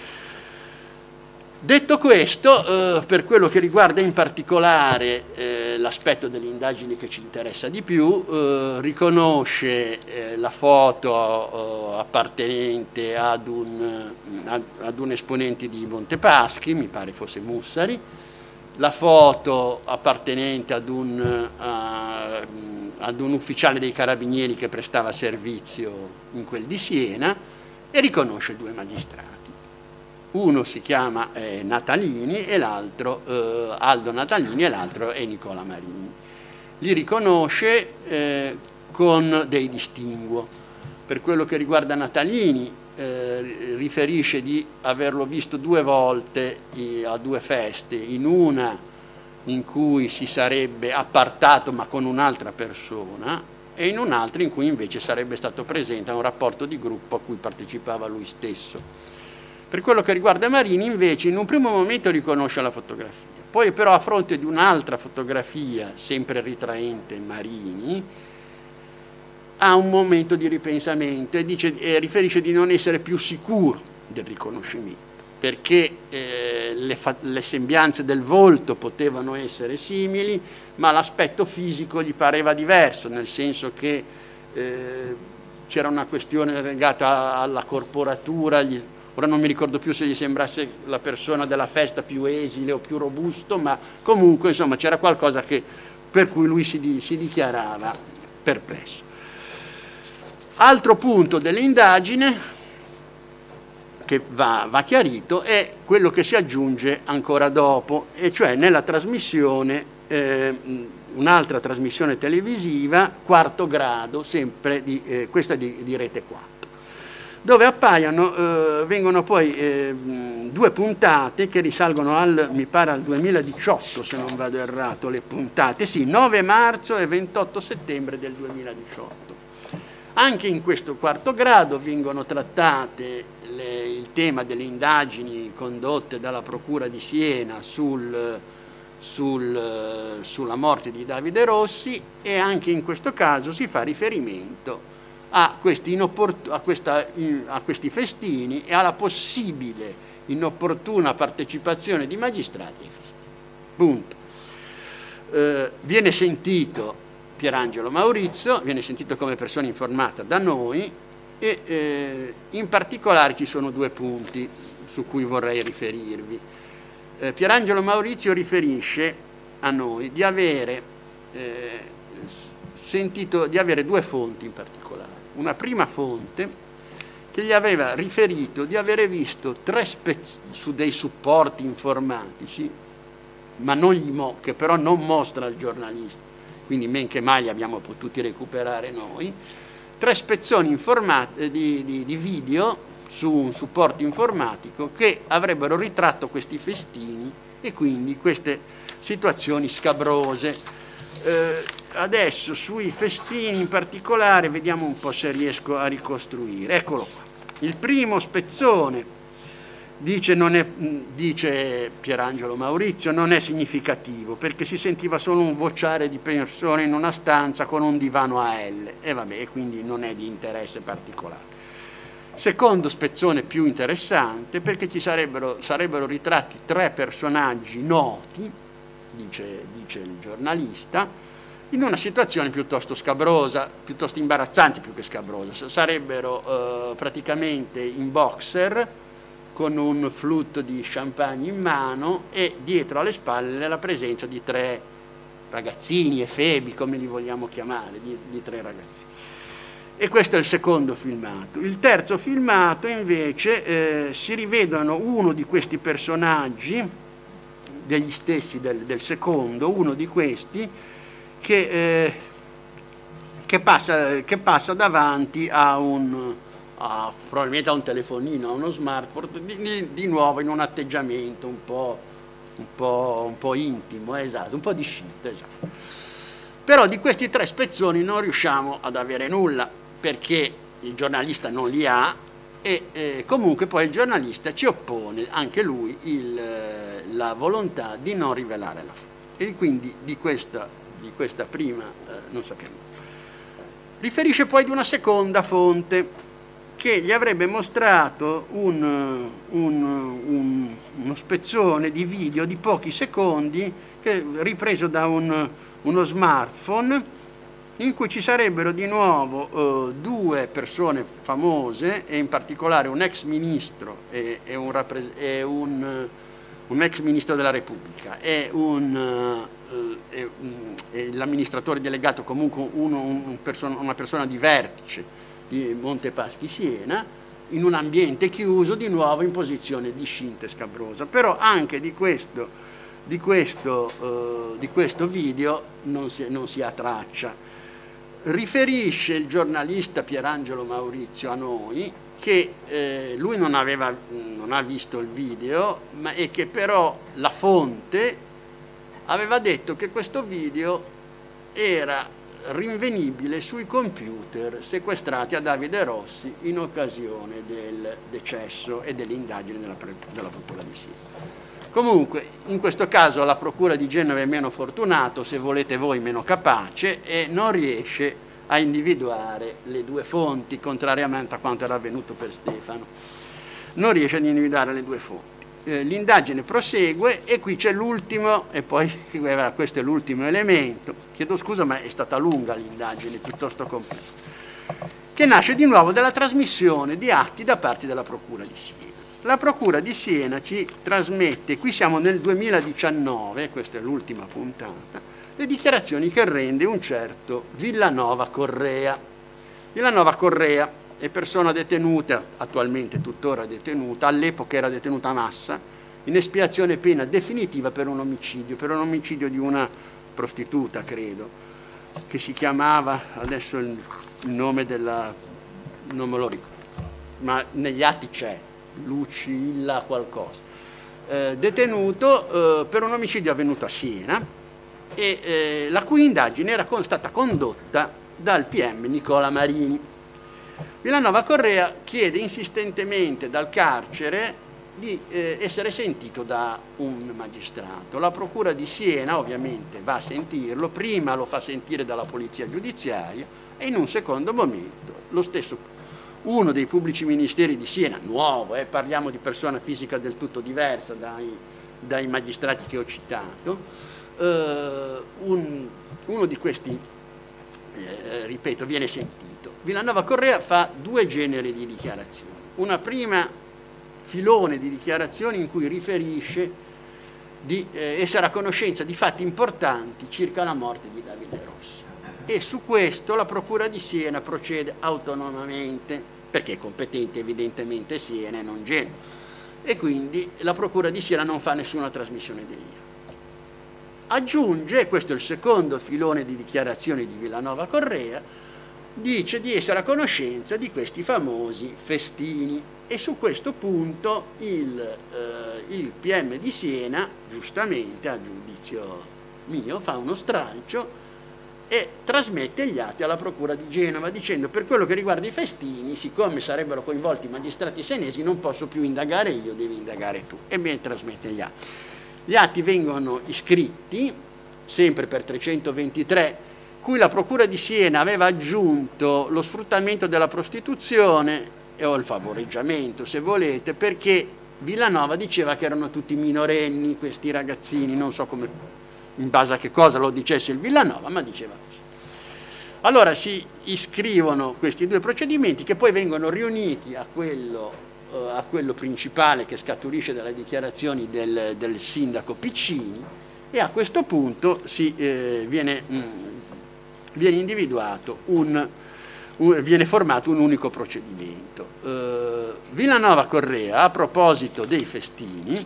Detto questo, eh, per quello che riguarda in particolare eh, l'aspetto delle indagini che ci interessa di più, eh, riconosce eh, la foto eh, appartenente ad un, ad, ad un esponente di Montepaschi, mi pare fosse Mussari, la foto appartenente ad un, uh, ad un ufficiale dei carabinieri che prestava servizio in quel di Siena, e riconosce due magistrati. Uno si chiama eh, Natalini e l'altro eh, Aldo Natalini, e l'altro è Nicola Marini. Li riconosce eh, con dei distinguo. Per quello che riguarda Natalini, eh, riferisce di averlo visto due volte eh, a due feste, in una in cui si sarebbe appartato ma con un'altra persona, e in un'altra in cui invece sarebbe stato presente a un rapporto di gruppo a cui partecipava lui stesso. Per quello che riguarda Marini, invece, in un primo momento riconosce la fotografia, poi però a fronte di un'altra fotografia, sempre ritraente Marini, ha un momento di ripensamento e, dice, e riferisce di non essere più sicuro del riconoscimento, perché eh, le, fa- le sembianze del volto potevano essere simili, ma l'aspetto fisico gli pareva diverso, nel senso che eh, c'era una questione legata alla corporatura. Gli, ora non mi ricordo più se gli sembrasse la persona della festa più esile o più robusto, ma comunque insomma c'era qualcosa che, per cui lui si, di, si dichiarava perplesso. Altro punto dell'indagine che va, va chiarito è quello che si aggiunge ancora dopo, e cioè nella trasmissione, eh, un'altra trasmissione televisiva, Quarto Grado, sempre di, eh, questa di, di Rete quattro, dove appaiono, eh, vengono poi eh, due puntate che risalgono al, mi pare al duemiladiciotto, se non vado errato, le puntate, sì, nove marzo e ventotto settembre del duemiladiciotto. Anche in questo Quarto Grado vengono trattate le, il tema delle indagini condotte dalla Procura di Siena sul, sul, sulla morte di Davide Rossi, e anche in questo caso si fa riferimento a questi, inopport- a questa, in, a questi festini e alla possibile inopportuna partecipazione di magistrati ai festini. Punto. Eh, viene sentito Pierangelo Maurizio, viene sentito come persona informata da noi, e eh, in particolare ci sono due punti su cui vorrei riferirvi. Eh, Pierangelo Maurizio riferisce a noi di avere eh, sentito, di avere due fonti in particolare. Una prima fonte che gli aveva riferito di avere visto tre spez- su dei supporti informatici, ma non gli mo- che però non mostra al giornalista, quindi men che mai li abbiamo potuti recuperare noi, tre spezzoni informati, di, di, di video su un supporto informatico che avrebbero ritratto questi festini e quindi queste situazioni scabrose. Eh, adesso sui festini in particolare vediamo un po' se riesco a ricostruire. Eccolo qua. Il primo spezzone dice, non è, dice Pierangelo Maurizio, non è significativo perché si sentiva solo un vociare di persone in una stanza con un divano a L, e vabbè, quindi non è di interesse particolare. Secondo spezzone più interessante, perché ci sarebbero, sarebbero ritratti tre personaggi noti, dice, dice il giornalista, in una situazione piuttosto scabrosa, piuttosto imbarazzante più che scabrosa. Sarebbero eh, praticamente in boxer, con un flutto di champagne in mano e dietro alle spalle la presenza di tre ragazzini, efebi, come li vogliamo chiamare, di, di tre ragazzini. E questo è il secondo filmato. Il terzo filmato invece eh, si rivedono uno di questi personaggi, degli stessi del, del secondo, uno di questi che, eh, che, passa, che passa davanti a un, a, probabilmente a un telefonino, a uno smartphone, di, di nuovo in un atteggiamento un po', un po', un po' intimo, esatto, un po' di shit, esatto. Però di questi tre spezzoni non riusciamo ad avere nulla, perché il giornalista non li ha e eh, comunque poi il giornalista ci oppone anche lui il, la volontà di non rivelare la fonte, e quindi di questa, di questa prima eh, non sappiamo. Riferisce poi di una seconda fonte che gli avrebbe mostrato un, un, un, uno spezzone di video di pochi secondi che, ripreso da un, uno smartphone, in cui ci sarebbero di nuovo eh, due persone famose, e in particolare un ex ministro e, e, un, e un, un ex ministro della Repubblica e, un, eh, e, e l'amministratore delegato, comunque uno, un person- una persona di vertice di Montepaschi Siena, in un ambiente chiuso, di nuovo in posizione di scinte scabrosa. Però anche di questo, di questo, eh, di questo video non si, non si ha traccia. Riferisce il giornalista Pierangelo Maurizio a noi che eh, lui non, aveva, non ha visto il video, ma e che però la fonte aveva detto che questo video era rinvenibile sui computer sequestrati a Davide Rossi in occasione del decesso e dell'indagine della, della Procura di Siena. Comunque, in questo caso la Procura di Genova è meno fortunato, se volete voi meno capace, e non riesce a individuare le due fonti, contrariamente a quanto era avvenuto per Stefano. Non riesce ad individuare le due fonti. Eh, l'indagine prosegue e qui c'è l'ultimo, e poi questo è l'ultimo elemento, chiedo scusa ma è stata lunga l'indagine, piuttosto complessa, che nasce di nuovo dalla trasmissione di atti da parte della Procura di Siena. La Procura di Siena ci trasmette, qui siamo nel duemiladiciannove, questa è l'ultima puntata, le dichiarazioni che rende un certo Villanova Correa. Villanova Correa è persona detenuta, attualmente tuttora detenuta, all'epoca era detenuta a Massa, in espiazione pena definitiva per un omicidio, per un omicidio di una prostituta, credo, che si chiamava, adesso il, il nome della, non me lo ricordo, ma negli atti c'è, Lucilla qualcosa, eh, detenuto eh, per un omicidio avvenuto a Siena e eh, la cui indagine era con, stata condotta dal P M Nicola Marini. Villanova Correa chiede insistentemente dal carcere di eh, essere sentito da un magistrato. La Procura di Siena ovviamente va a sentirlo, prima lo fa sentire dalla Polizia Giudiziaria e in un secondo momento lo stesso, uno dei pubblici ministeri di Siena, nuovo, eh, parliamo di persona fisica del tutto diversa dai, dai magistrati che ho citato, eh, un, uno di questi, eh, ripeto, viene sentito. Villanova Correa fa due generi di dichiarazioni. Una prima filone di dichiarazioni in cui riferisce di eh, essere a conoscenza di fatti importanti circa la morte di Davide Rossi, e su questo la Procura di Siena procede autonomamente, perché è competente evidentemente Siena e non Genova, e quindi la Procura di Siena non fa nessuna trasmissione degli atti. Aggiunge, questo è il secondo filone di dichiarazioni di Villanova Correa, dice di essere a conoscenza di questi famosi festini, e su questo punto il, eh, il P M di Siena, giustamente a giudizio mio, fa uno stralcio e trasmette gli atti alla Procura di Genova dicendo: per quello che riguarda i festini, siccome sarebbero coinvolti i magistrati senesi, non posso più indagare io, devi indagare tu, e mi trasmette gli atti. Gli atti vengono iscritti, sempre per trecentoventitré, cui la Procura di Siena aveva aggiunto lo sfruttamento della prostituzione o il favoreggiamento, se volete, perché Villanova diceva che erano tutti minorenni questi ragazzini, non so come, in base a che cosa lo dicesse il Villanova, ma diceva così. Allora si iscrivono questi due procedimenti che poi vengono riuniti a quello, eh, a quello principale che scaturisce dalle dichiarazioni del, del sindaco Piccini, e a questo punto si, eh, viene, mh, viene individuato un viene formato un unico procedimento. Eh, Villanova Correa, a proposito dei festini,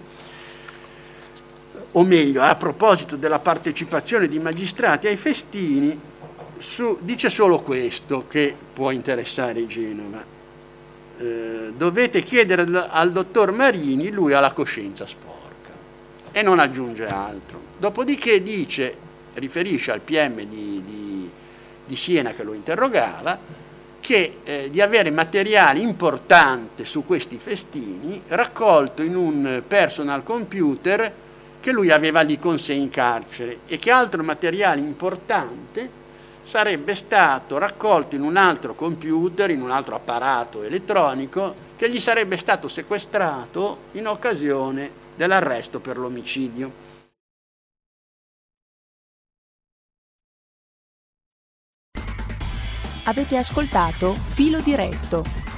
o meglio, a proposito della partecipazione di magistrati ai festini, su, dice solo questo che può interessare Genova. Eh, dovete chiedere al, al dottor Marini, lui ha la coscienza sporca, e non aggiunge altro. Dopodiché dice, riferisce al P M di, di, di Siena che lo interrogava, che eh, di avere materiale importante su questi festini raccolto in un personal computer che lui aveva lì con sé in carcere, e che altro materiale importante sarebbe stato raccolto in un altro computer, in un altro apparato elettronico che gli sarebbe stato sequestrato in occasione dell'arresto per l'omicidio. Avete ascoltato Filo Diretto,